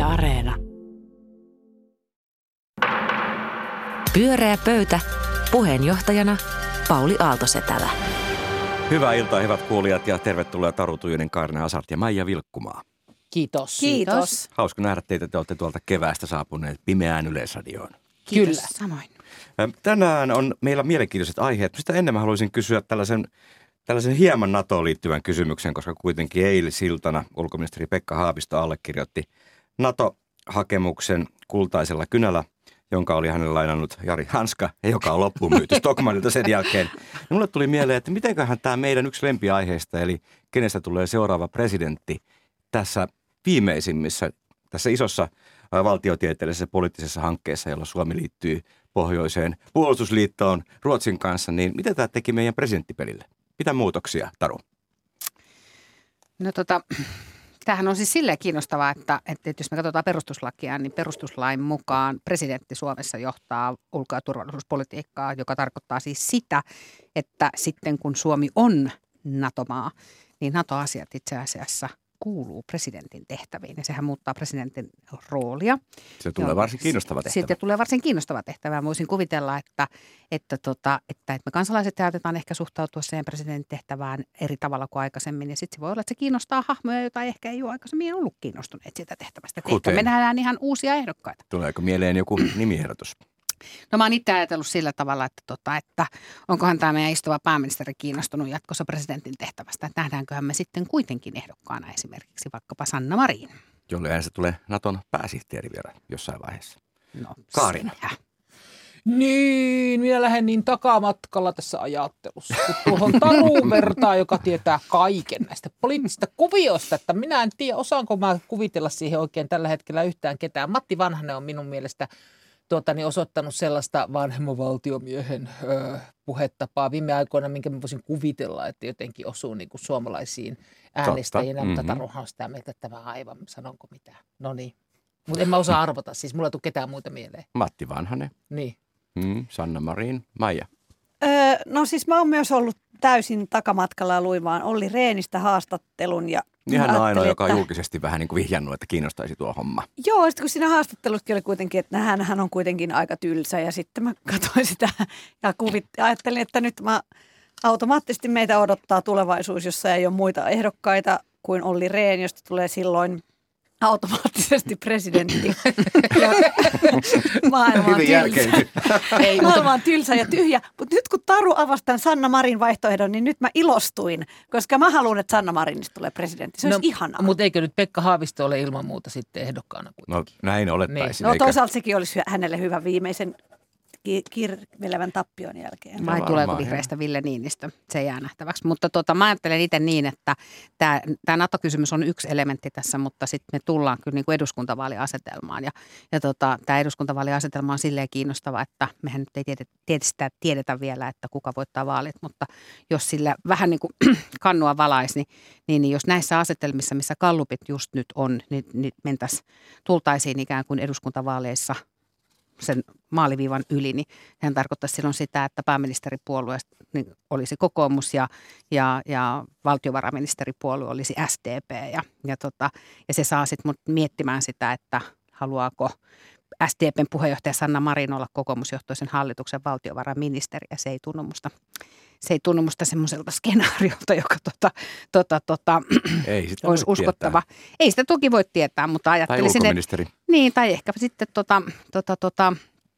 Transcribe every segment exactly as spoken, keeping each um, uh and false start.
Areena. Pyöreä pöytä. Puheenjohtajana Pauli Aaltosetälä. Hyvää iltaa, hyvät kuulijat, ja tervetuloa Taru Tujunen, Kaarina Asart ja Maija Vilkkumaa. Kiitos. Kiitos. Hauska nähdä teitä, te olette tuolta keväästä saapuneet pimeään Yleisradioon. Kiitos. Kyllä. Samoin. Tänään on meillä mielenkiintoiset aiheet. Sitä ennen mä haluaisin kysyä tällaisen, tällaisen hieman NATOon liittyvän kysymyksen, koska kuitenkin eilisiltana ulkoministeri Pekka Haavisto allekirjoitti NATO-hakemuksen kultaisella kynällä, jonka oli hänelle lainannut Jari Hanska, joka on loppuun myyty Stockmannilta sen jälkeen. Ja mulle tuli mieleen, että mitenköhän tämä meidän yksi lempiaiheista, eli kenestä tulee seuraava presidentti tässä viimeisimmissä, tässä isossa valtiotieteellisessä poliittisessa hankkeessa, jolla Suomi liittyy pohjoiseen puolustusliittoon Ruotsin kanssa, niin mitä tämä teki meidän presidenttipelille? Mitä muutoksia, Taru? No tota, tämähän on siis silleen kiinnostavaa, että, että jos me katsotaan perustuslakia, niin perustuslain mukaan presidentti Suomessa johtaa ulko- ja turvallisuuspolitiikkaa, joka tarkoittaa siis sitä, että sitten kun Suomi on NATO-maa, niin NATO-asiat itse asiassa kuuluu presidentin tehtäviin, ja sehän muuttaa presidentin roolia. Se tulee varsin kiinnostava tehtävä. Sitten tulee varsin kiinnostava tehtävä. Voisin kuvitella, että, että, tota, että, että me kansalaiset saatetaan ehkä suhtautua siihen presidentin tehtävään eri tavalla kuin aikaisemmin, ja sitten se voi olla, että se kiinnostaa hahmoja, joita ehkä ei ole aikaisemmin ollut kiinnostuneet siitä tehtävästä. Ehkä me nähdään ihan uusia ehdokkaita. Tuleeko mieleen joku nimiehdotus? No mä oon itse ajatellut sillä tavalla, että, tota, että onkohan tämä meidän istuva pääministeri kiinnostunut jatkossa presidentin tehtävästä. Että nähdäänköhän me sitten kuitenkin ehdokkaana esimerkiksi vaikkapa Sanna Marin. Jolle se tulee Naton pääsihteeri vielä jossain vaiheessa. No, Kaarina. Sehän. Niin, minä lähden niin takamatkalla tässä ajattelussa, kun tuohon Taruun vertaa, joka tietää kaiken näistä poliittisista kuvioista, että minä en tiedä, osaanko mä kuvitella siihen oikein tällä hetkellä yhtään ketään. Matti Vanhanen on minun mielestä tuota, niin osoittanut sellaista vanhemman valtiomiehen ö, puhetapaa viime aikoina, minkä mä voisin kuvitella, että jotenkin osuu niin kuin suomalaisiin äänestäjinä, mutta mm-hmm. Taruhan on sitä mieltä, että tämä aivan, sanonko mitään. No niin, mutta en mä osaa arvota, siis mulla ei tule ketään muuta mieleen. Matti Vanhanen, Niin. mm, Sanna Marin, Maija. Öö, no siis mä oon myös ollut täysin takamatkalla ja luin vaan Olli Rehnistä haastattelun. Ja niin hän on ainoa, joka on että, julkisesti vähän niin kuin vihjannut, että kiinnostaisi tuo homma. Joo, sitten kun siinä haastattelussakin oli kuitenkin, että hän, hän on kuitenkin aika tylsä, ja sitten mä katsoin sitä ja kuvit, ajattelin, että nyt mä automaattisesti meitä odottaa tulevaisuus, jossa ei ole muita ehdokkaita kuin Olli Rehn, josta tulee silloin automaattisesti presidentti. Maailma on tylsä. Ei, Maailma on tylsä ja tyhjä. Mutta nyt kun Taru avasi tämän Sanna Marin vaihtoehdon, niin nyt mä ilostuin, koska mä haluan, että Sanna Marinista tulee presidentti. Se no, olisi ihanaa. Mutta eikö nyt Pekka Haavisto ole ilman muuta sitten ehdokkaana kuitenkin? No näin olettaisin. Niin. No toisaalta sekin olisi hänelle hyvä viimeisen kirvelevän tappion jälkeen. Vai tuleeko vihreistä Ville Niinistö? Se jää nähtäväksi. Mutta tota, mä ajattelen itse niin, että tämä, tämä NATO-kysymys on yksi elementti tässä, mutta sitten me tullaan kyllä niin kuin eduskuntavaaliasetelmaan. Ja, ja tota, tämä eduskuntavaaliasetelma on silleen kiinnostava, että mehän nyt ei tiedetä, tiedetä, tiedetä vielä, että kuka voittaa vaalit, mutta jos sillä vähän niin kuin kannua valaisi, niin, niin, niin jos näissä asetelmissa, missä gallupit just nyt on, niin, niin mentäisiin, tultaisiin ikään kuin eduskuntavaaleissa sen maaliviivan yli, niin sehän tarkoittaisi silloin sitä, että pääministeripuolueesta niin olisi kokoomus ja, ja, ja valtiovarainministeripuolue olisi S D P. Ja, ja, tota, ja se saa sitten mut miettimään sitä, että haluaako S D P:n puheenjohtaja Sanna Marin olla kokoomusjohtoisen hallituksen valtiovarainministeri, ja se ei tunnu musta, se ei tunnu musta semmoiselta skenaariolta, joka tota, tota, tota, ei sitä olisi uskottava. Tietää. Ei sitä toki voi tietää, mutta ajattelisin, tai ulkoministeri. Että, niin, tai ehkä sitten tota, tota, tota,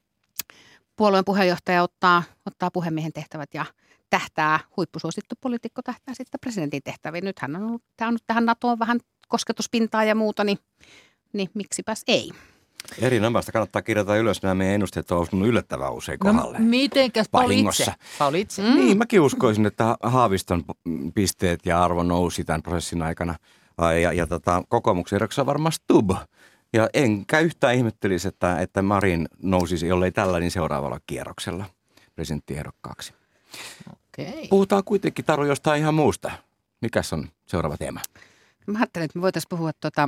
puolueen puheenjohtaja ottaa, ottaa puhemiehen tehtävät ja tähtää, huippusuosittu poliitikko tähtää sitten presidentin tehtäviin. Nyt hän on ollut, tämä on nyt tähän NATOon vähän kosketuspintaa ja muuta, niin, niin miksipäs ei. Erinomaista. Kannattaa kirjata ylös. Nämä meidän ennusteet on osunut yllättävän usein kohdalle. No mitenkäs Pauli itse? Pauli itse. Mm. Niin, mäkin uskoisin, että Haaviston pisteet ja arvo nousi tämän prosessin aikana. Ja, ja tota, kokoomuksen ehdoksi on varmaan Stubb. Ja enkä yhtään ihmettelisi, että, että Marin nousisi, jollei tällainen seuraavalla kierroksella presidenttiehdokkaaksi. Okei. Puhutaan kuitenkin, Taru, jostain ihan muusta. Mikäs on seuraava teema? Mä ajattelin, että me voitaisiin puhua, tuota,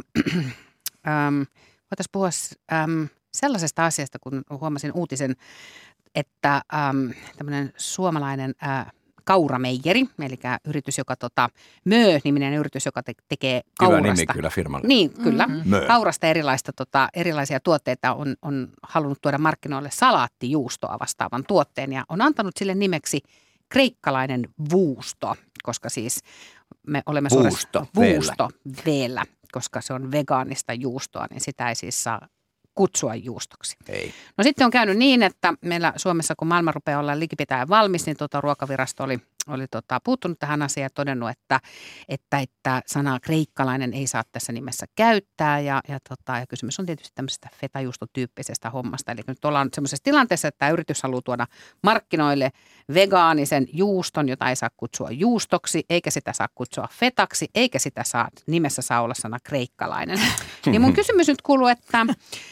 ähm, voitaisiin puhua ähm, sellaisesta asiasta, kun huomasin uutisen, että ähm, tämmöinen suomalainen äh, Kaurameijeri, eli yritys, joka tota, Mö-niminen yritys, joka te- tekee kaurasta. Hyvä nimi kyllä firmalle. Niin, kyllä. Mm-hmm. Kaurasta erilaista, tota, erilaisia tuotteita on, on halunnut tuoda markkinoille salaattijuustoa vastaavan tuotteen ja on antanut sille nimeksi kreikkalainen vuusto, koska siis me olemme Vuusto, vuusto veellä, koska se on vegaanista juustoa, niin sitä ei siis saa kutsua juustoksi. Ei. No sitten on käynyt niin, että meillä Suomessa, kun maailma rupeaa olla likipitäen valmis, niin tuota, ruokavirasto oli, oli tota, puuttunut tähän asiaan ja todennut, että, että, että sanaa kreikkalainen ei saa tässä nimessä käyttää. Ja, ja, tota, ja kysymys on tietysti tämmöisestä fetajuustotyyppisestä hommasta. Eli nyt ollaan semmoisessa tilanteessa, että tämä yritys haluaa tuoda markkinoille vegaanisen juuston, jota ei saa kutsua juustoksi, eikä sitä saa kutsua fetaksi, eikä sitä saa, nimessä saa olla sana kreikkalainen. Ja mun kysymys nyt kuuluu, että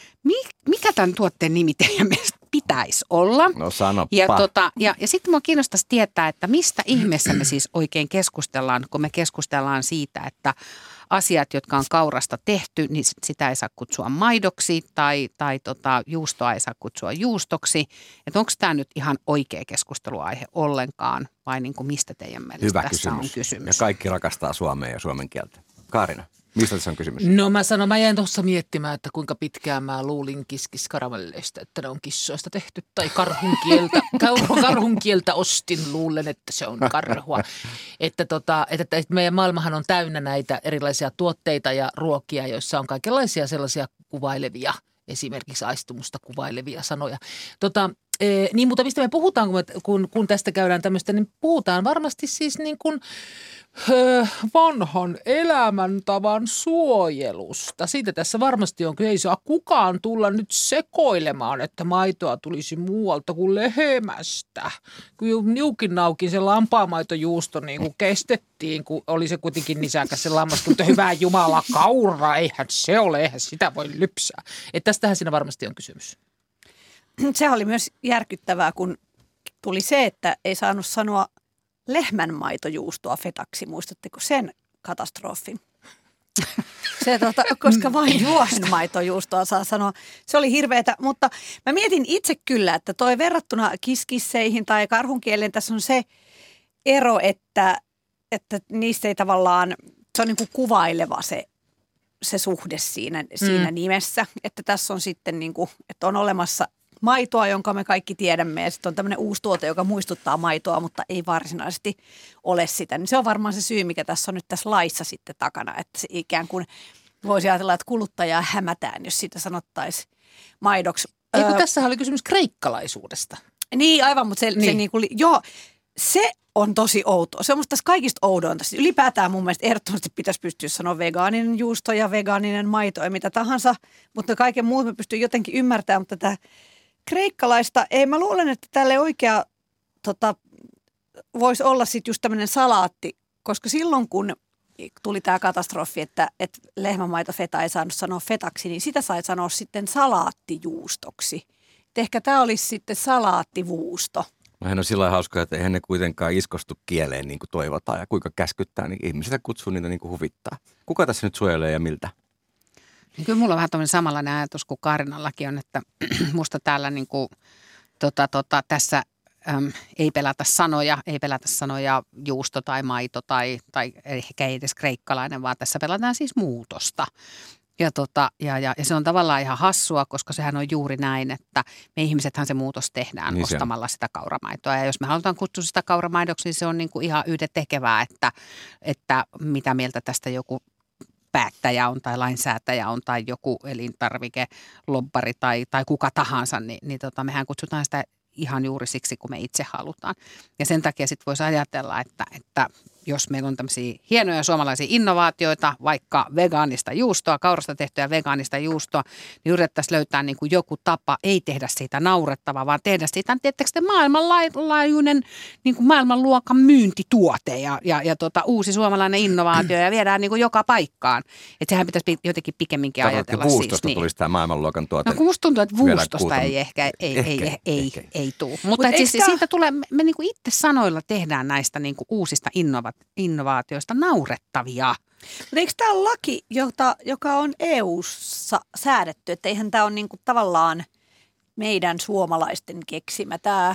mikä tämän tuotteen nimi teidän mielestä pitäisi olla? No sanoppa. Ja, tota, ja, ja sitten minua kiinnostaisi tietää, että mistä ihmeessä me siis oikein keskustellaan, kun me keskustellaan siitä, että asiat, jotka on kaurasta tehty, niin sitä ei saa kutsua maidoksi tai, tai tota, juustoa ei saa kutsua juustoksi. Että onko tämä nyt ihan oikea keskusteluaihe ollenkaan vai niin kuin mistä teidän mielestä Hyvä tässä kysymys. on kysymys? Ja kaikki rakastaa suomea ja suomen kieltä. Kaarina, mistä tässä on kysymys? No mä sanon, mä jäin tuossa miettimään, että kuinka pitkään mä luulin kiskiskaramelleista, että ne on kissoista tehty. Tai karhun kieltä, karhun kieltä ostin, luulen, että se on karhua. Että, tota, että, että meidän maailmahan on täynnä näitä erilaisia tuotteita ja ruokia, joissa on kaikenlaisia sellaisia kuvailevia, esimerkiksi aistumusta kuvailevia sanoja. Tota, ee, niin, mutta mistä me puhutaan, kun, me, kun, kun tästä käydään tämmöistä, niin puhutaan varmasti siis niin kuin Öö, vanhan elämäntavan suojelusta. Siitä tässä varmasti on, ei saa kukaan tulla nyt sekoilemaan, että maitoa tulisi muualta kuin lehemästä. Kun niukin naukin se lampaamaitojuusto niin kuin kestettiin, kun oli se kuitenkin nisäkäs se lammas, mutta hyvää Jumala, kaura, eihän se ole, eihän sitä voi lypsää. Että tästähän siinä varmasti on kysymys. Se oli myös järkyttävää, kun tuli se, että ei saanut sanoa lehmänmaitojuustoa fetaksi. Muistatteko sen katastrofin? Se, tota, koska vain juohenmaitojuustoa saa sanoa. Se oli hirveetä, mutta mä mietin itse kyllä, että toi verrattuna kiskisseihin tai karhunkieleen tässä on se ero, että, että niistä ei tavallaan, se on niin kuin kuvaileva se, se suhde siinä, siinä mm. nimessä. Että tässä on sitten niin kuin, että on olemassa maitoa, jonka me kaikki tiedämme, ja sitten on tämmöinen uusi tuote, joka muistuttaa maitoa, mutta ei varsinaisesti ole sitä. Niin se on varmaan se syy, mikä tässä on nyt tässä laissa sitten takana, että se ikään kuin voisi ajatella, että kuluttajaa hämätään, jos sitä sanottaisiin maidoksi. Eikö öö, tässä oli kysymys kreikkalaisuudesta? Niin, aivan, mutta se, niin. se niin kuin, joo, se on tosi outoa. Se on musta tässä kaikista oudointa. Ylipäätään mun mielestä ehdottomasti pitäisi pystyä sanoa vegaaninen juusto ja vegaaninen maito ja mitä tahansa, mutta kaiken muut me pystyy jotenkin ymmärtämään, mutta tämä kreikkalaista, ei mä luulen, että tälle oikea tota, voisi olla sitten just tämmöinen salaatti, koska silloin kun tuli tämä katastrofi, että, että lehmämaito feta ei saanut sanoa fetaksi, niin sitä sai sanoa sitten salaattijuustoksi. Et ehkä tämä olisi sitten salaattivuusto. Hän on sillä hauskaa, että eihän ne kuitenkaan iskostu kieleen niin kuin toivotaan ja kuinka käskyttää, niin ihmiset kutsuu niitä niin kuin huvittaa. Kuka tässä nyt suojelee ja miltä? Niin kyllä mulla on vähän tämmöinen samanlainen ajatus kuin Kaarinallakin on, että musta täällä niin kuin, tota, tota, tässä äm, ei pelätä sanoja, ei pelätä sanoja juusto tai maito tai, tai ehkä ei edes kreikkalainen, vaan tässä pelataan siis muutosta. Ja, tota, ja, ja, ja se on tavallaan ihan hassua, koska sehän on juuri näin, että me ihmisethän se muutos tehdään niin ostamalla sitä kauramaitoa. Ja jos me halutaan kutsua sitä kauramaidoksi, niin se on niin kuin ihan yhdentekevää, että, että mitä mieltä tästä joku päättäjä on tai lainsäätäjä on tai joku elintarvikelobbari tai, tai kuka tahansa, niin, niin tota, mehän kutsutaan sitä ihan juuri siksi, kun me itse halutaan. Ja sen takia sitten voisi ajatella, että, että jos meillä on tämmöisiä hienoja suomalaisia innovaatioita, vaikka vegaanista juustoa, kaurasta tehtyä vegaanista juustoa, niin yritettäisiin löytää niin kuin joku tapa, ei tehdä siitä naurettavaa, vaan tehdä siitä, tietääkö maailmanlaajuinen niin kuin maailmanluokan myyntituote ja, ja, ja tota, uusi suomalainen innovaatio ja viedään niin kuin joka paikkaan. Että sehän pitäisi jotenkin pikemminkin ajatella siis. Vuustosta niin. tulisi tämä maailmanluokan tuote. No kun musta tuntuu, että vuustosta ei ehkä, ei, ehkä, ei, ehkä, ei, ehkä. ei, ei tule. Mutta Mut siis, siitä tulee, me, me niin kuin itse sanoilla tehdään näistä niin kuin uusista innova- innovaatioista naurettavia. Mutta eikö tämä ole laki, jota, joka on E U:ssa säädetty, että eihän tämä ole niinku tavallaan meidän suomalaisten keksimä tämä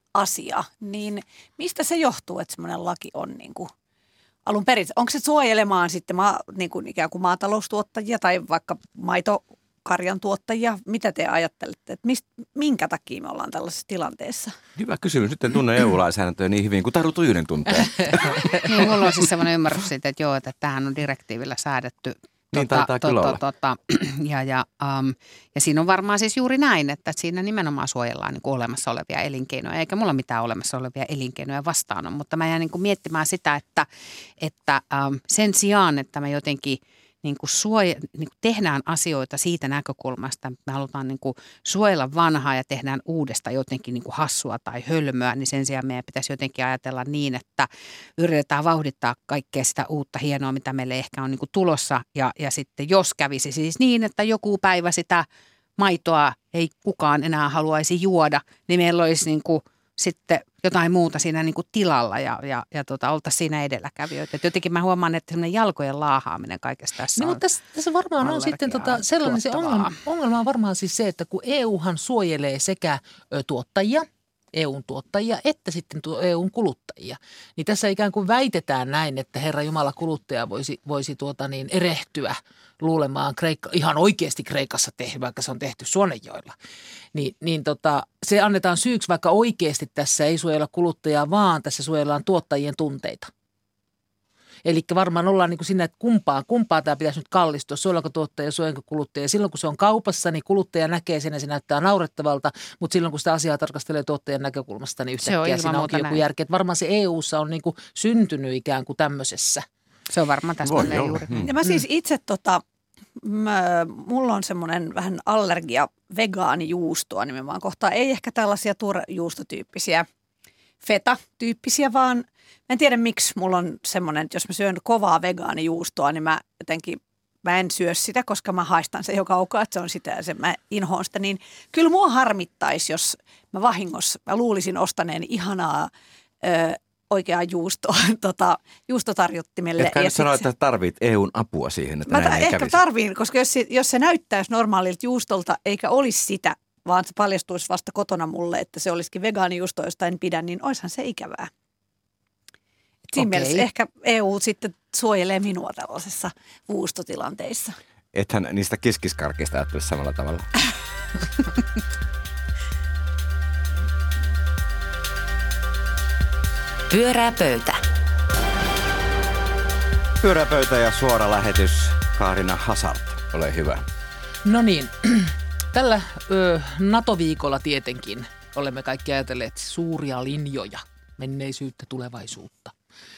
asia, niin mistä se johtuu, että semmoinen laki on niin kuin alun perin? Onko se suojelemaan sitten maa, niin kuin ikään kuin maataloustuottajia tai vaikka maitokarjan tuottajia? Mitä te ajattelette, että mist, minkä takia me ollaan tällaisessa tilanteessa? Hyvä kysymys. Nyt en tunne E U-lainsäädäntöä niin hyvin kuin Taru Tujunen tuntee. Niin, mulla on siis semmoinen ymmärrys siitä, että joo, että tämähän on direktiivillä säädetty. Niin taitaa kyllä olla. Tota, ja, ja, um, ja siinä on varmaan siis juuri näin, että siinä nimenomaan suojellaan niin kuin olemassa olevia elinkeinoja, eikä mulla mitään olemassa olevia elinkeinoja vastaan ole, mutta mä jään niin kuin miettimään sitä, että, että um, sen sijaan, että me jotenkin niin kuin suoja, niin kuin tehdään asioita siitä näkökulmasta, että me halutaan niin kuin suojella vanhaa ja tehdään uudesta jotenkin niin kuin hassua tai hölmöä, niin sen sijaan meidän pitäisi jotenkin ajatella niin, että yritetään vauhdittaa kaikkea sitä uutta hienoa, mitä meille ehkä on niin kuin tulossa. Ja, ja sitten jos kävisi siis niin, että joku päivä sitä maitoa ei kukaan enää haluaisi juoda, niin meillä olisi niin kuin sitten jotain muuta siinä niin kuin tilalla ja, ja, ja tota, oltaisiin siinä edelläkävijöitä. Et jotenkin mä huomaan, että semmoinen jalkojen laahaaminen kaikessa tässä no, on. Mutta tässä, tässä varmaan on sitten tota, sellainen se ongelma, ongelma on varmaan siis se, että kun E Uhan suojelee sekä ö, tuottajia, E U:n tuottajia, että sitten E U:n kuluttajia. Niin tässä ikään kuin väitetään näin, että Herra Jumala kuluttaja voisi, voisi tuota niin erehtyä luulemaan Kreikka, ihan oikeasti Kreikassa tehty, vaikka se on tehty Suonenjoella. Niin, niin tota, se annetaan syyksi, vaikka oikeasti tässä ei suojella kuluttajaa, vaan tässä suojellaan tuottajien tunteita. Eli varmaan ollaan niin kuin siinä, että kumpaa, kumpaa tämä pitäisi nyt kallistua, suojellaanko tuottaja, suojellaanko kuluttaja. Silloin kun se on kaupassa, niin kuluttaja näkee sen ja se näyttää naurettavalta, mutta silloin kun sitä asiaa tarkastelee tuottajan näkökulmasta, niin yhtäkkiä on siinä onkin joku järki. Että varmaan se E U:ssa on niin kuin syntynyt ikään kuin tämmöisessä. Se on varmaan täsmälleen juuri. Mm. Ja mä siis itse tota, mä, mulla on semmoinen vähän allergia vegaanijuustoa nimenomaan kohtaan. Ei ehkä tällaisia turjuustotyyppisiä, feta-tyyppisiä, vaan mä en tiedä miksi mulla on semmoinen, että jos mä syön kovaa vegaanijuustoa, niin mä jotenkin, mä en syö sitä, koska mä haistan se jo kaukaa, että se on sitä ja se, mä inhoon sitä. Niin kyllä mua harmittaisi, jos mä vahingossa, mä luulisin ostaneeni ihanaa ö, oikeaa juustoa tota, juustotarjottimelle. Etkä nyt sano, että tarvit E U:n apua siihen, että mä näin ta- ei ehkä kävisi. tarviin, koska jos se, jos se näyttäisi normaalilta juustolta eikä olisi sitä, vaan se paljastuisi vasta kotona mulle, että se olisikin vegaanijuusto, josta en pidä, niin oishan se ikävää. Et siinä Okei. mielessä ehkä E U sitten suojelee minua tällaisessa juustotilanteissa. Ethän niistä kiskiskarkeista ajattele samalla tavalla. Pyörää pöytä. Pyörä pöytä ja suora lähetys. Kaarina Hazard, ole hyvä. No niin, tällä ö, NATO-viikolla tietenkin olemme kaikki ajatelleet suuria linjoja, menneisyyttä, tulevaisuutta.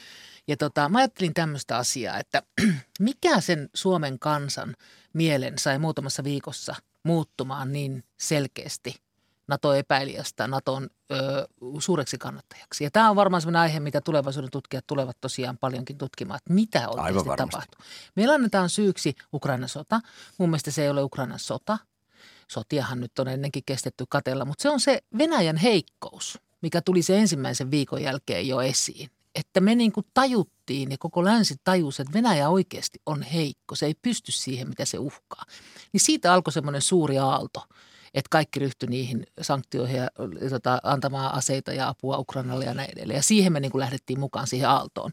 Ja tota, mä ajattelin tämmöistä asiaa, että mikä sen Suomen kansan mielen sai muutamassa viikossa muuttumaan niin selkeästi NATO-epäilijästä Naton ö, suureksi kannattajaksi. Ja tämä on varmaan sellainen aihe, mitä tulevaisuuden tutkijat tulevat tosiaan paljonkin tutkimaan, että mitä oikeasti tapahtuu. Meillä annetaan syyksi Ukrainan sota. Mun mielestä se ei ole Ukrainan sota. Sotiahan nyt on ennenkin kestetty katella, mutta se on se Venäjän heikkous, mikä tuli se ensimmäisen viikon jälkeen jo esiin. Että me niin kuin tajuttiin ja koko länsi tajusi, että Venäjä oikeasti on heikko. Se ei pysty siihen, mitä se uhkaa. Niin siitä alkoi semmoinen suuri aalto, että kaikki ryhtyi niihin sanktioihin ja tota, antamaan aseita ja apua Ukrainalle ja näin edelleen. Ja siihen me niin kuin lähdettiin mukaan siihen aaltoon.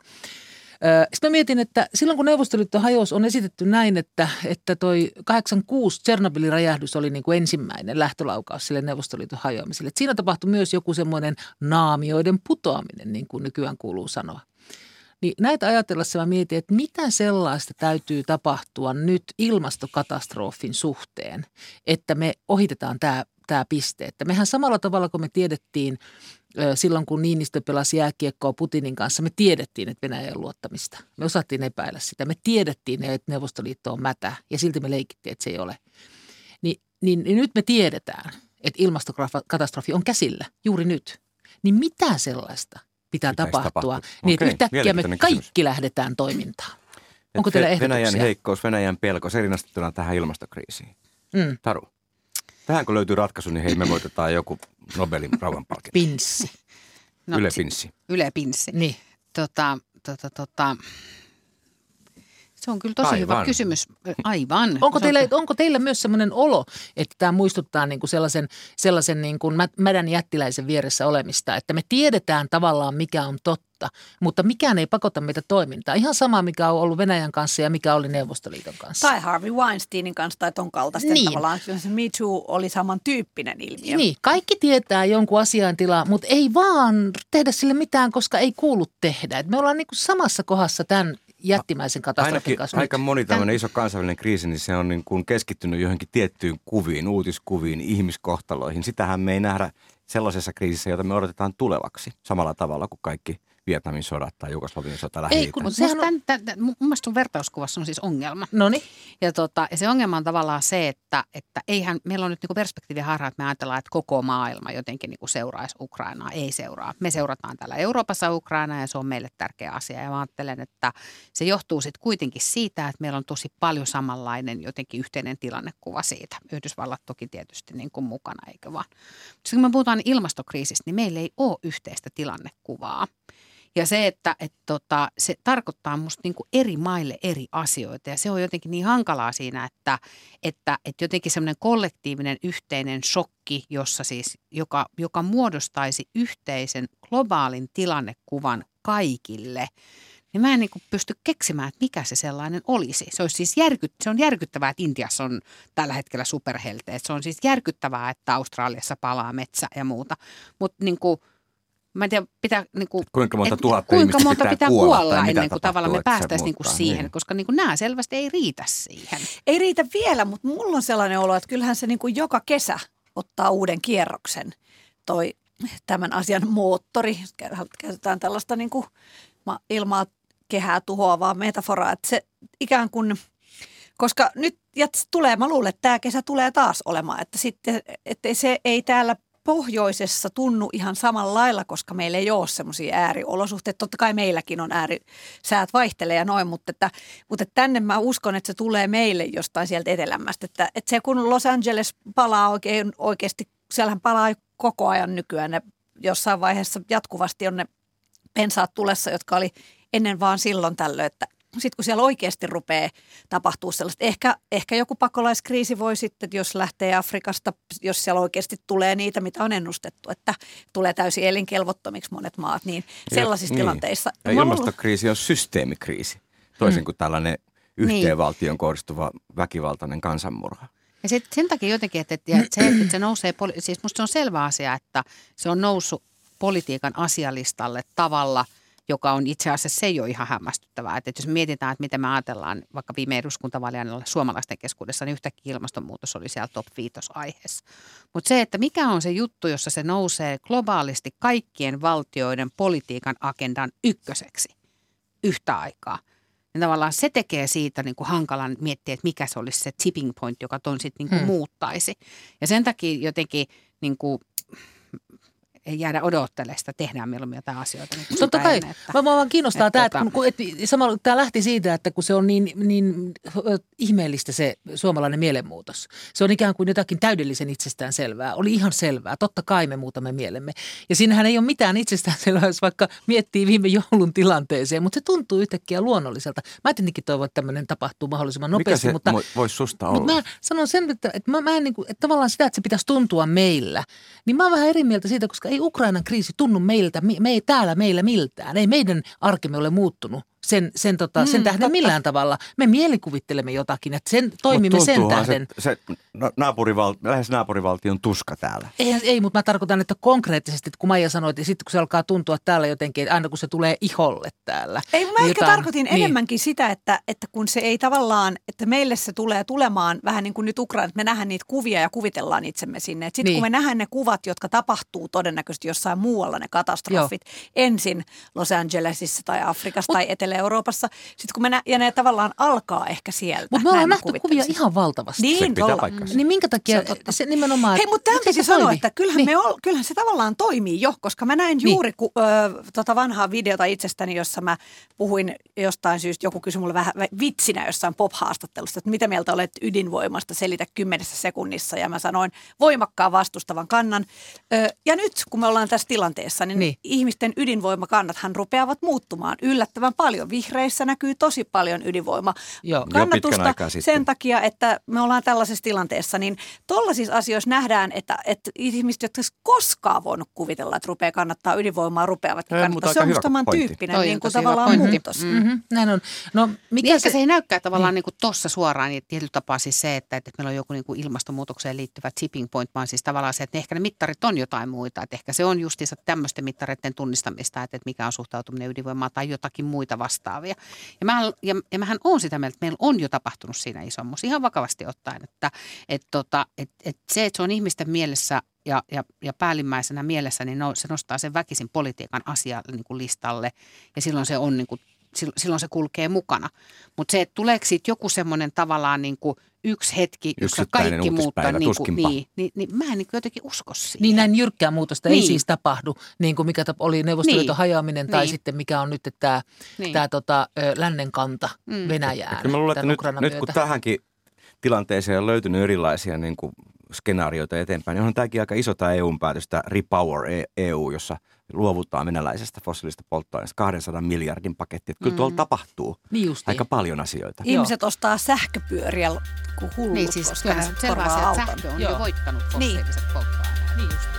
Sitten mä mietin, että silloin kun Neuvostoliitto hajosi, on esitetty näin, että, että toi kahdeksankymmentäkuusi Tšernobylin räjähdys oli niin kuin ensimmäinen lähtölaukaus sille Neuvostoliiton hajoamiselle. Että siinä tapahtui myös joku semmoinen naamioiden putoaminen, niin kuin nykyään kuuluu sanoa. Niin näitä ajatellessa mä mietin, että mitä sellaista täytyy tapahtua nyt ilmastokatastrofin suhteen, että me ohitetaan tämä, tämä piste. Että mehän samalla tavalla kuin me tiedettiin silloin, kun Niinistö pelasi jääkiekkoa Putinin kanssa, me tiedettiin, että Venäjä ei ole luottamista. Me osattiin epäillä sitä. Me tiedettiin, että Neuvostoliitto on mätä ja silti me leikittiin, että se ei ole. Ni, niin, niin nyt me tiedetään, että ilmastokatastrofi on käsillä juuri nyt. Niin mitä sellaista pitää Pitäisi tapahtua, tapahtua. niin Okei, että yhtäkkiä me kaikki kysymys. lähdetään toimintaan. Et Onko teillä ehdotuksia? Venäjän heikkous, Venäjän pelko, se rinnastettuna tähän ilmastokriisiin. Mm. Taru, tähän kun löytyy ratkaisu, niin hei, me voitetaan joku Nobelin rauhanpalkinto. Pinssi. No, Yle si- Pinssi. Yle Pinssi. Niin. Tota, tota, tota. Se on kyllä tosi Aivan. hyvä kysymys. Aivan. Onko Se on teillä, kyllä- onko teillä myös sellainen olo, että tämä muistuttaa niin kuin sellaisen, sellaisen niin kuin mä- mädän jättiläisen vieressä olemista, että me tiedetään tavallaan mikä on totta, mutta mikään ei pakota meitä toimintaa. Ihan sama mikä on ollut Venäjän kanssa ja mikä oli Neuvostoliiton kanssa. Tai Harvey Weinsteinin kanssa tai ton kaltaisten Niin. tavallaan. Kyllä se Me Too oli samantyyppinen ilmiö. Niin, kaikki tietää jonkun asiantilaa, mutta ei vaan tehdä sille mitään, koska ei kuulu tehdä. Et me ollaan niin kuin samassa kohdassa tämän jättimäisen katastrofin Ainakin kanssa. aika nyt. moni tämmöinen iso kansainvälinen kriisi, niin se on niin kuin keskittynyt johonkin tiettyyn kuviin, uutiskuviin, ihmiskohtaloihin. Sitähän me ei nähdä sellaisessa kriisissä, jota me odotetaan tulevaksi samalla tavalla kuin kaikki Vietnamin sodat tai Jugoslavian sota lähi kun- Mutta Sehän sehän on... Tämän, tämän, mun mielestä sun vertauskuvassa on siis ongelma. Noniin. Ja, tota, ja se ongelma on tavallaan se, että, että eihän, meillä on nyt niinku perspektiivi harhaa, että me ajatellaan, että koko maailma jotenkin niinku seuraisi Ukrainaa. Ei seuraa. Me seurataan täällä Euroopassa Ukrainaa ja se on meille tärkeä asia. Ja mä ajattelen, että se johtuu sitten kuitenkin siitä, että meillä on tosi paljon samanlainen jotenkin yhteinen tilannekuva siitä. Yhdysvallat toki tietysti niin kuin mukana, eikö vaan. Mutta kun me puhutaan ilmastokriisistä, niin meillä ei ole yhteistä tilannekuvaa. Ja se, että et tota, se tarkoittaa musta niin kuin eri maille eri asioita ja se on jotenkin niin hankalaa siinä, että, että, että jotenkin semmoinen kollektiivinen yhteinen shokki, jossa siis, joka, joka muodostaisi yhteisen globaalin tilannekuvan kaikille, niin mä en niin kuin pysty keksimään, että mikä se sellainen olisi. Se, olisi siis järky, se on järkyttävää, että Intiassa on tällä hetkellä superhelteet. Se on siis järkyttävää, että Australiassa palaa metsä ja muuta, mutta niin kuin mä en tiedä, pitää niin kuin, Kuinka monta et, tuhatta kuinka ihmistä monta pitää pitää kuolla kuolla tai mitä ennen kuin tapahtuu, tavallaan me että se päästäisiin niin kuin muuttaa, siihen, niin. koska niin kuin nämä selvästi ei riitä siihen. Ei riitä vielä, mutta mulla on sellainen olo, että kyllähän se niin kuin joka kesä ottaa uuden kierroksen. Toi tämän asian moottori, käytetään tällaista niin kuin ilmaa kehää tuhoavaa metaforaa, että se ikään kuin, koska nyt ja tulee, mä luulen, että tämä kesä tulee taas olemaan, että sitten, että se ei täällä pohjoisessa tunnu ihan samalla lailla, koska meillä ei ole semmoisia ääriolosuhteita. Totta kai meilläkin on äärisäät vaihtelee ja noin, mutta, että, mutta että tänne mä uskon, että se tulee meille jostain sieltä etelämästä. Että, että se kun Los Angeles palaa oikein, oikeasti, siellähän palaa koko ajan nykyään ne jossain vaiheessa jatkuvasti on ne pensaat tulessa, jotka oli ennen vaan silloin tällöin, että sitten kun siellä oikeasti rupeaa tapahtuu sellaista, ehkä, ehkä joku pakolaiskriisi voi sitten, jos lähtee Afrikasta, jos siellä oikeasti tulee niitä, mitä on ennustettu, että tulee täysin elinkelvottomiksi monet maat, niin sellaisissa ja, tilanteissa. Niin. Ja ilmastokriisi on systeemikriisi, toisin kuin tällainen yhteen niin. valtion kohdistuva väkivaltainen kansanmurha. Ja sit sen takia jotenkin, että, että, se, että se nousee, siis musta se on selvä asia, että se on noussut politiikan asialistalle tavalla, joka on itse asiassa, se ei ole ihan hämmästyttävää. Että jos mietitään, että miten me ajatellaan vaikka viime eduskuntavaalien suomalaisten keskuudessa, niin yhtäkkiä ilmastonmuutos oli siellä top viitosaiheessa. Mutta se, että mikä on se juttu, jossa se nousee globaalisti kaikkien valtioiden politiikan agendan ykköseksi yhtä aikaa, niin tavallaan se tekee siitä niin kuin hankalan miettiä, että mikä se olisi se tipping point, joka ton sitten niin kuin hmm. muuttaisi. Ja sen takia jotenkin niin kuin ei jäädä odottelemaan sitä, tehdään mieluummin jotain asioita. Niin Totta kai. Että, Mä vaan kiinnostaa että tämä, että tota- kun, että samalla tämä lähti siitä, että kun se on niin, niin ihmeellistä se suomalainen mielenmuutos. Se on ikään kuin jotakin täydellisen itsestäänselvää. Oli ihan selvää. Totta kai me muutamme mielemme. Ja siinähän ei ole mitään itsestäänselvää, jos vaikka miettii viime joulun tilanteeseen, mutta se tuntuu yhtäkkiä luonnolliselta. Mä tietenkin toivon, että tämmöinen tapahtuu mahdollisimman nopeasti. Mikä se mutta, voisi susta olla? mutta mä sanon sen, että, että, mä, mä en, niin kuin, että tavallaan sitä, että se pitäisi tuntua meillä, niin mä oon vähän eri mieltä siitä, koska ei Ukrainan kriisi tunnu meiltä, me ei täällä meillä miltään. Ei meidän arkemme ole muuttunut sen, sen, tota, sen Mm, tähden totta. millään tavalla. Me mielikuvittelemme jotakin, että sen, toimimme Mut sen tuntuuhan tähden. Se, se no, naapurival, lähes naapurivaltion tuska täällä. Ei, ei, mutta mä tarkoitan, että konkreettisesti, että kun Maija sanoi, että sitten kun se alkaa tuntua täällä jotenkin, että aina kun se tulee iholle täällä. Ei, mä niin ehkä jotain- tarkoitin niin. enemmänkin sitä, että, että kun se ei tavallaan, että meille se tulee tulemaan vähän niin kuin nyt Ukraina, että me nähdään niitä kuvia ja kuvitellaan itsemme sinne. Sitten Niin. kun me nähdään ne kuvat, jotka tapahtuu todennäköisesti jossain muualla, ne katastrofit, ensin Los Angelesissa tai Afrikassa Mut- tai Etelä-Euroopassa, sitten kun me nä- ja ne tavallaan alkaa ehkä sieltä. Mutta me ollaan näin mä nähty kuvia kuvittelisin. ihan valtavasti. Niin, Se pitää ollaan. paikkansa. Niin minkä takia Se on totta. se nimenomaan... Hei, mutta tämän miten piti se sanoa, toimii? että kyllähän, Niin. me ol, kyllähän se tavallaan toimii jo, koska mä näin Niin. juuri ku, ö, tota vanhaa videota itsestäni, jossa mä puhuin jostain syystä, joku kysyi mulle vähän vitsinä jossain pop-haastattelusta, että mitä mieltä olet ydinvoimasta, selitä kymmenessä sekunnissa, ja mä sanoin voimakkaan vastustavan kannan. Ö, ja nyt, kun me ollaan tässä tilanteessa, niin, Niin. niin ihmisten ydinvoimakannathan rupeavat muuttumaan yllättävän paljon. paljon vihreissä, näkyy tosi paljon ydinvoima. Joo. Kannatusta sen takia, että me ollaan tällaisessa tilanteessa, niin tollaisissa asioissa nähdään, että, että ihmiset, jotka koskaan voinut kuvitella, että rupeaa kannattaa ydinvoimaa, rupeavatkin Ei, kannattaa. Se on musta saman tyyppinen niin kuin tavallaan muutos. Mm-hmm. Näin on. No, mikä niin se... se ei näykään tavallaan niin. Niin tuossa suoraan niin tietyllä tapaa siis se, että, että meillä on joku niin kuin ilmastonmuutokseen liittyvä tipping point, vaan siis tavallaan se, että ehkä ne mittarit on jotain muita. Että ehkä se on justiinsa tämmöisten mittareiden tunnistamista, että, että mikä on suhtautuminen ydinvoimaan tai jotakin muita vastaavia. Ja mähän, ja, ja mähän on sitä mieltä, että meillä on jo tapahtunut siinä isommus ihan vakavasti ottaen, että et, tota, et, et se, että se on ihmisten mielessä ja, ja, ja päällimmäisenä mielessä, niin no, se nostaa sen väkisin politiikan asia niin kuin listalle ja silloin se on niin kuin, silloin se kulkee mukana. Mutta se, että tuleeko siitä joku semmoinen tavallaan niin kuin yksi hetki, jossa kaikki muuttaa, niin, kuin, niin, niin, niin mä en niin jotenkin usko siihen. Niin näin jyrkkää muutosta niin. ei siis tapahdu, niin kuin mikä oli Neuvostoliiton niin. hajoaminen tai niin. sitten mikä on nyt tämä niin. tota, lännen kanta mm. Venäjään. Kyllä mä luulen, että nyt, nyt kun tähänkin tilanteeseen on löytynyt erilaisia niin kuin skenaarioita eteenpäin, niin onhan tämäkin aika iso tämä E U:n päätös, tämä Repower E U, jossa luovutaan venäläisestä fossiilista polttoaineesta kahdensadan miljardin paketti. Että kyllä tuolla mm. tapahtuu niin aika paljon asioita. Ihmiset Joo. ostaa sähköpyöriä kuin hullut, niin siis, koska ne korvaa auton. Sähkö on Joo. jo voittanut fossiiliset niin. polttoaineet. Niin just.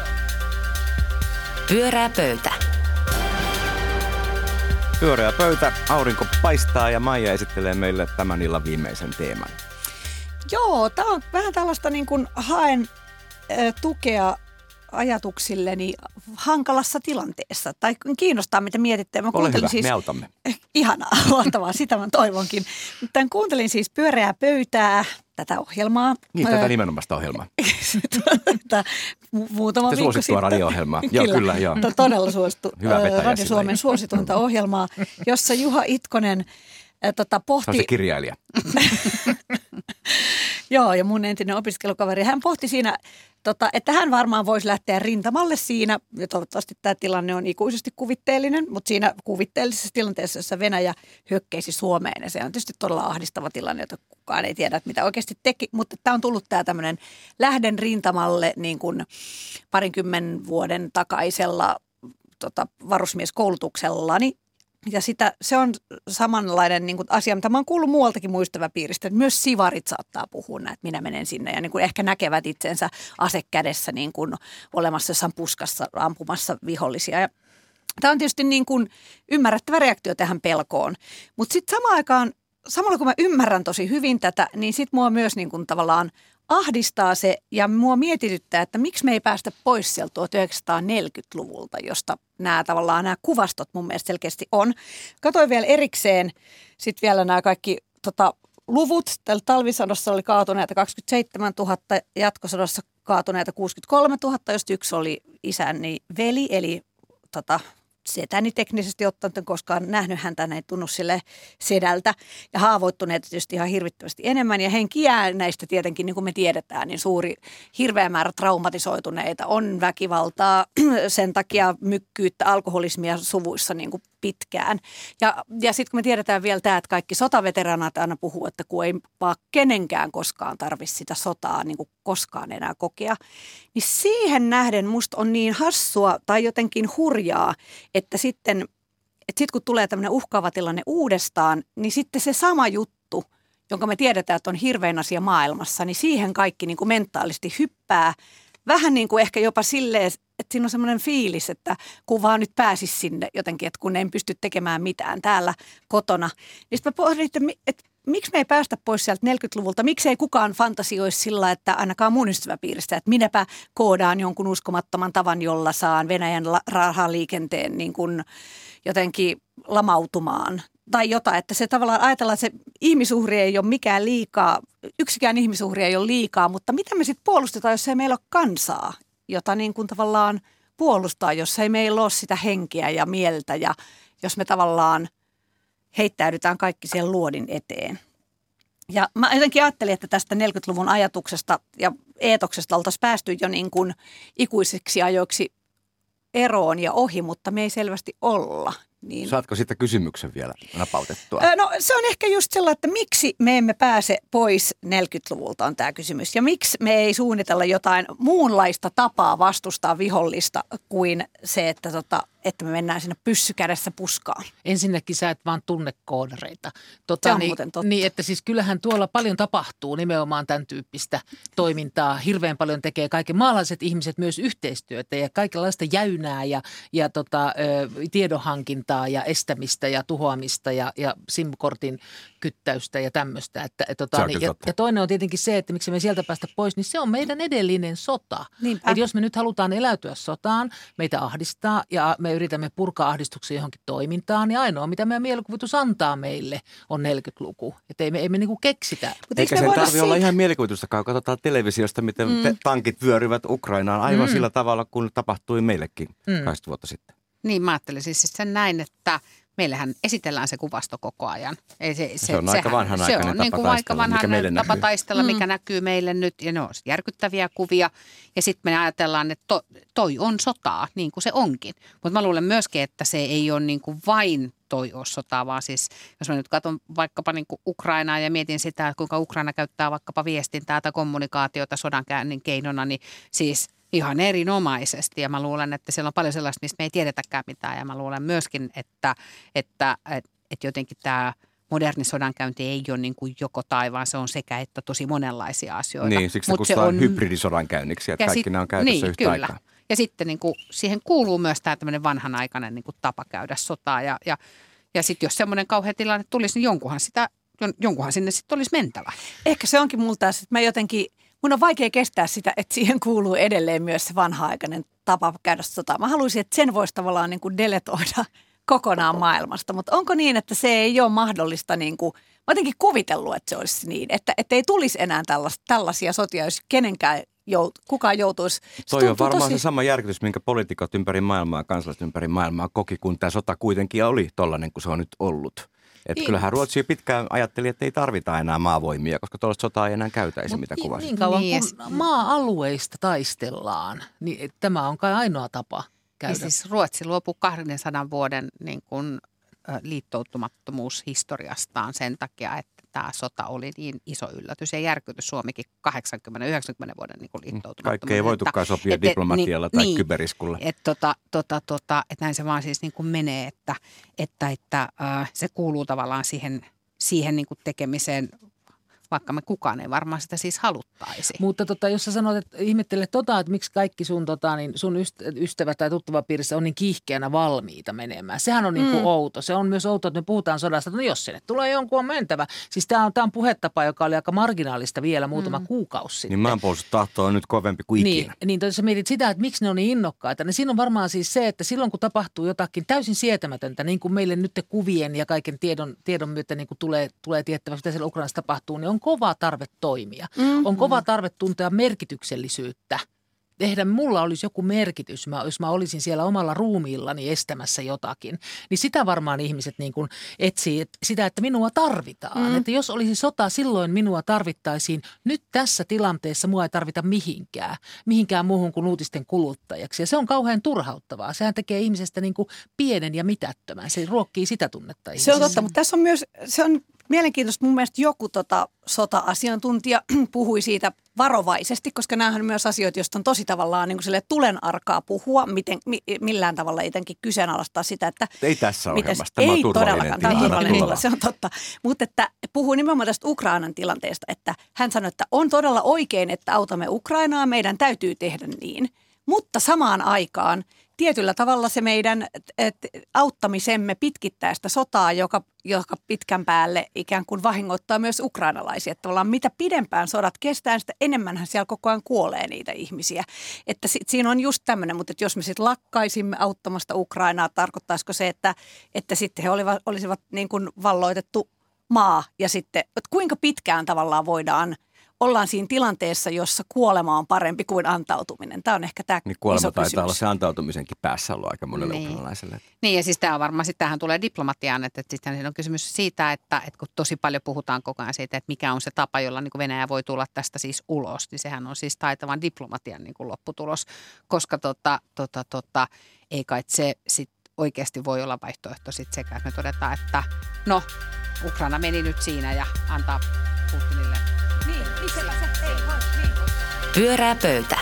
Pyörää pöytä. Pyöreä pöytä, aurinko paistaa ja Maija esittelee meille tämän illan viimeisen teeman. Joo, tämä on vähän tällaista niin kuin haen äh, tukea ajatuksilleni hankalassa tilanteessa. Tai kiinnostaa, mitä mietitte. Mä Ole hyvä, siis, me autamme. Ihanaa, luontavaa, sitä mä toivonkin. Mutta kuuntelin siis Pyöreää pöytää, tätä ohjelmaa. Niin, tätä nimenomaista ohjelmaa. Muutama Se viikko suosittua sitten. radio-ohjelmaa. Joo, kyllä, joo. Todella suosittu. Radio Suomen suosituinta ohjelmaa, jossa Juha Itkonen äh, tota, pohti... Se on se kirjailija. Joo, ja mun entinen opiskelukaveri, hän pohti siinä, tota, että hän varmaan voisi lähteä rintamalle siinä, ja toivottavasti tämä tilanne on ikuisesti kuvitteellinen, mutta siinä kuvitteellisessa tilanteessa, jossa Venäjä hyökkäisi Suomeen, ja se on tietysti todella ahdistava tilanne, jota kukaan ei tiedä, että mitä oikeasti teki, mutta tämä on tullut tämä tämmöinen lähden rintamalle niin kuin parinkymmen vuoden takaisella tota, varusmieskoulutuksellani. Ja sitä, se on samanlainen niin kuin asia, mitä mä oon kuullut muualtakin muistaväpiiristä, että myös sivarit saattaa puhua näin, että minä menen sinne ja niin kuin ehkä näkevät itsensä ase kädessä niin kuin olemassa jossain puskassa ampumassa vihollisia. Ja tämä on tietysti niin kuin ymmärrettävä reaktio tähän pelkoon, mutta sitten samaan aikaan, samalla kun mä ymmärrän tosi hyvin tätä, niin sitten mua myös niin kuin tavallaan ahdistaa se ja mua mietityttää, että miksi me ei päästä pois sieltä tuhatyhdeksänsataaneljäkymmentäluvulta, josta nämä tavallaan nämä kuvastot mun mielestä selkeästi on. Katoin vielä erikseen sitten vielä nämä kaikki tota, luvut. Tällä talvisodassa oli kaatuneita kaksikymmentäseitsemäntuhatta, jatkosodassa kaatuneita kuusikymmentäkolmetuhatta, josta yksi oli isäni veli, eli tota, setäni teknisesti ottaen, en koskaan nähnyt häntä, ei tunnu sille sedältä. Ja haavoittuneita tietysti ihan hirvittävästi enemmän. Ja henkiä näistä tietenkin, niin kuin me tiedetään, niin suuri, hirveä määrä traumatisoituneita on väkivaltaa, sen takia mykkyyttä, alkoholismia suvuissa niin kuin pitkään. Ja, ja sitten kun me tiedetään vielä tämä, että kaikki sotaveteraanat aina puhuu, että kun ei vaan kenenkään koskaan tarvitse sitä sotaa niin kuin koskaan enää kokea, niin siihen nähden musta on niin hassua tai jotenkin hurjaa, että sitten, että sitten kun tulee tämmöinen uhkaava tilanne uudestaan, niin sitten se sama juttu, jonka me tiedetään, että on hirveän asia maailmassa, niin siihen kaikki niin kuin mentaalisesti hyppää. Vähän niin kuin ehkä jopa silleen, että siinä on semmoinen fiilis, että kun vaan nyt pääsisi sinne jotenkin, että kun en pysty tekemään mitään täällä kotona. Niin sitten mä pohdin, että, että miksi me ei päästä pois sieltä neljäkymmentäluvulta? Miksi ei kukaan fantasioisi sillä, että ainakaan mun ystäväpiiristä, että minäpä koodaan jonkun uskomattoman tavan, jolla saan Venäjän rahaliikenteen niin kuin jotenkin lamautumaan. Tai jotain, että se tavallaan ajatellaan, että se ihmisuhri ei ole mikään liikaa, yksikään ihmisuhri ei ole liikaa, mutta mitä me sitten puolustetaan, jos ei meillä ole kansaa, jota niin kuin tavallaan puolustaa, jos ei meillä ole sitä henkeä ja mieltä ja jos me tavallaan heittäydytään kaikki siihen luodin eteen. Ja mä jotenkin ajattelin, että tästä neljäkymmentäluvun ajatuksesta ja eetoksesta oltaisiin päästy jo niin kuin ikuisiksi ajoiksi eroon ja ohi, mutta me ei selvästi olla. Niin. Saatko sitten kysymyksen vielä napautettua? No se on ehkä just sellainen, että miksi me emme pääse pois neljäkymmentäluvulta on tämä kysymys. Ja miksi me ei suunnitella jotain muunlaista tapaa vastustaa vihollista kuin se, että, tota, että me mennään sinne pyssykädessä puskaan. Ensinnäkin sä et vaan tunne koodareita. Tota, Se on niin, muuten totta. Niin, että siis kyllähän tuolla paljon tapahtuu nimenomaan tämän tyyppistä toimintaa. Hirveän paljon tekee kaiken maalaiset ihmiset myös yhteistyötä ja kaikenlaista jäynää ja, ja tota, ö, tiedonhankintaa ja estämistä ja tuhoamista ja, ja SIM-kortin kyttäystä ja tämmöistä. Että, et, tota, niin, ja, ja toinen on tietenkin se, että miksi me sieltä päästä pois, niin se on meidän edellinen sota. Että jos me nyt halutaan eläytyä sotaan, meitä ahdistaa ja me yritämme purkaa ahdistuksen johonkin toimintaan, niin ainoa, mitä meidän mielikuvitus antaa meille, on neljäkymmentäluku. Että ei me, ei me niinku keksitä. Mut eikä sen tarvitse olla ihan mielikuvitustakaan. Katsotaan televisiosta, miten mm. te, tankit vyöryvät Ukrainaan aivan mm. sillä tavalla, kun tapahtui meillekin mm. kaksikymmentä vuotta sitten. Niin, mä ajattelisin siis sen näin, että meillähän esitellään se kuvasto koko ajan. Ei se, se, se on aika vanhanaikainen se on tapa niin kuin taistella, aika mikä meille tapa näkyy. taistella, Mm. mikä näkyy meille nyt. Ja ne on järkyttäviä kuvia. Ja sitten me ajatellaan, että to, toi on sotaa, niin kuin se onkin. Mutta mä luulen myöskin, että se ei ole niin kuin vain toi ole sotaa, vaan siis jos mä nyt katson vaikkapa niin kuin Ukrainaa ja mietin sitä, että kuinka Ukraina käyttää vaikkapa viestintää tai kommunikaatiota sodankäynnin keinona, niin siis ihan erinomaisesti. Ja mä luulen, että siellä on paljon sellaista, mistä me ei tiedetäkään mitään. Ja mä luulen myöskin, että, että, että, että jotenkin tämä moderni sodankäynti ei ole niin kuin joko tai, vaan se on sekä että tosi monenlaisia asioita. Niin, siksi se Mut kutsutaan on hybridisodankäynniksi, että kaikki sit, ne on käytössä niin, yhtä kyllä. aikaa. Ja sitten niin kuin, siihen kuuluu myös tämä tämmöinen vanhanaikainen niin kuin tapa käydä sotaa. Ja, ja, ja sitten jos semmoinen kauhea tilanne tulisi, niin jonkunhan, sitä, jonkunhan sinne sitten olisi mentävä. Ehkä se onkin multa, että mä jotenkin, mun on vaikea kestää sitä, että siihen kuuluu edelleen myös se vanha-aikainen tapa käydä sotaa. Mä haluaisin, että sen voisi tavallaan niin kuin deletoida kokonaan maailmasta, mutta onko niin, että se ei ole mahdollista niin kuin, mä jotenkin kuvitellut, että se olisi niin, että, että ei tulisi enää tällaisia, tällaisia sotia, jos kenenkään jout, kukaan joutuisi. Se Toi on varmaan tosi... se sama järkytys, minkä poliitikot ympäri maailmaa ja kansalaiset ympäri maailmaa koki, kun tämä sota kuitenkin oli tollainen kuin se on nyt ollut. Että kyllähän Ruotsi pitkään ajatteli, että ei tarvita enää maavoimia, koska tuollaista sotaa ei enää käytäisi, mitä kuvasit. Niin kauan Niin, kun maa-alueista taistellaan, niin tämä on kai ainoa tapa käydä. Ja siis Ruotsi luopui kahdensadan vuoden niin kuin, ä, liittoutumattomuushistoriastaan sen takia, että tämä sota oli niin iso yllätys ja järkytys. Suomikin kahdeksankymmentä yhdeksänkymmentä vuoden niin kuin liittoutumattomuus. Kaikki ei voitukaan sopia et, diplomatialla niin, tai niin, kyberiskulla. Että tota, tota, tota, et näin se vaan siis niin kuin menee, että, että, että äh, se kuuluu tavallaan siihen, siihen niin kuin tekemiseen, vaikka me kukaan ei varmaan sitä siis haluttaisi. Mutta tota, jos sä sanot, että ihmettelet tota, että miksi kaikki sun, tota, niin sun ystävät tai tuttavapiirissä on niin kiihkeänä valmiita menemään. Sehän on niin kuin mm. outo. Se on myös outo, että me puhutaan sodasta, että no jos sinne tulee jonkun on mentävä. Siis tämä on, tää on puhetapa, joka oli aika marginaalista vielä muutama mm. kuukausi sitten. Niin maanpuolustustahto on nyt kovempi kuin niin, ikinä. Niin, jos sä mietit sitä, että miksi ne on niin innokkaita, niin siinä on varmaan siis se, että silloin kun tapahtuu jotakin täysin sietämätöntä, niin kuin meille nyt kuvien ja kaiken tiedon, tiedon myötä niin kuin tulee, tulee tiettäväksi, mitä siellä Ukrainassa tapahtuu, niin on kova tarve toimia. Mm-hmm. On kova tarve tuntea merkityksellisyyttä. Tehdä, mulla olisi joku merkitys, mä, jos mä olisin siellä omalla ruumiillani estämässä jotakin. Niin sitä varmaan ihmiset niin kuin etsii, että sitä, että minua tarvitaan. Mm. Että jos olisi sota, silloin minua tarvittaisiin. Nyt tässä tilanteessa mua ei tarvita mihinkään. Mihinkään muuhun kuin uutisten kuluttajaksi. Ja se on kauhean turhauttavaa. Sehän tekee ihmisestä niin kuin pienen ja mitättömän. Se ruokkii sitä tunnetta ihmisessä. Se on totta, mutta tässä on myös, se on mielenkiintoista. Mun mielestä joku tota, sota-asiantuntija puhui siitä varovaisesti, koska nämähän on myös asioita, joista on tosi tavallaan niin kuin tulenarkaa puhua, miten, mi, millään tavalla jotenkin kyseenalaistaa sitä, että ei tässä ohjelmassa, tämä on ei turvallinen todellakaan, tilanne. tämä on turvallinen tilanne, se on totta. Mutta että puhuu nimenomaan tästä Ukrainan tilanteesta, että hän sanoi, että on todella oikein, että autamme Ukrainaa, meidän täytyy tehdä niin, mutta samaan aikaan tietyllä tavalla se meidän et, auttamisemme pitkittää sitä sotaa, joka, joka pitkän päälle ikään kuin vahingoittaa myös ukrainalaisia. Että tavallaan mitä pidempään sodat kestää, sitä enemmänhän siellä koko ajan kuolee niitä ihmisiä. Että sit, siinä on just tämmöinen, mutta jos me sitten lakkaisimme auttamasta Ukrainaa, tarkoittaisiko se, että, että sitten he olivat, olisivat niin kuin valloitettu maa ja sitten, että kuinka pitkään tavallaan voidaan ollaan siinä tilanteessa, jossa kuolema on parempi kuin antautuminen. Tämä on ehkä tämä niin iso kuolema kysymys. taitaa olla se antautumisenkin päässä ollut aika monelle Niin. ukrainalaiselle. Niin ja siis tämä on varmaan, sitten tämähän tulee diplomatiaan, että, että sitten siinä on kysymys siitä, että, että kun tosi paljon puhutaan koko ajan siitä, että mikä on se tapa, jolla niin kuin Venäjä voi tulla tästä siis ulos, niin sehän on siis taitavan diplomatian niin kuin lopputulos, koska tota, tota, tota, ei kai se sitten oikeasti voi olla vaihtoehto sit sekä, että me todetaan, että no, Ukraina meni nyt siinä ja antaa Putinille. Niin, niin se, se, ei, niin. Pyörää pöytä.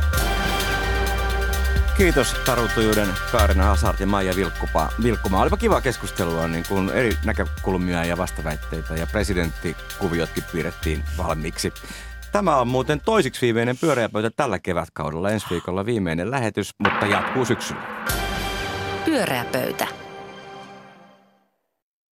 Kiitos Taru Tujunen, Kaarina Hazard ja Maija Vilkkumaa. Vilkkumaa. Olipa kiva keskustelua, niin kuin eri näkökulmia ja vastaväitteitä ja presidenttikuviotkin piirrettiin valmiiksi. Tämä on muuten toisiksi viimeinen pyöreä pöytä tällä kevätkaudella. Ensi viikolla viimeinen lähetys, mutta jatkuu syksyllä. Pyöreä pöytä.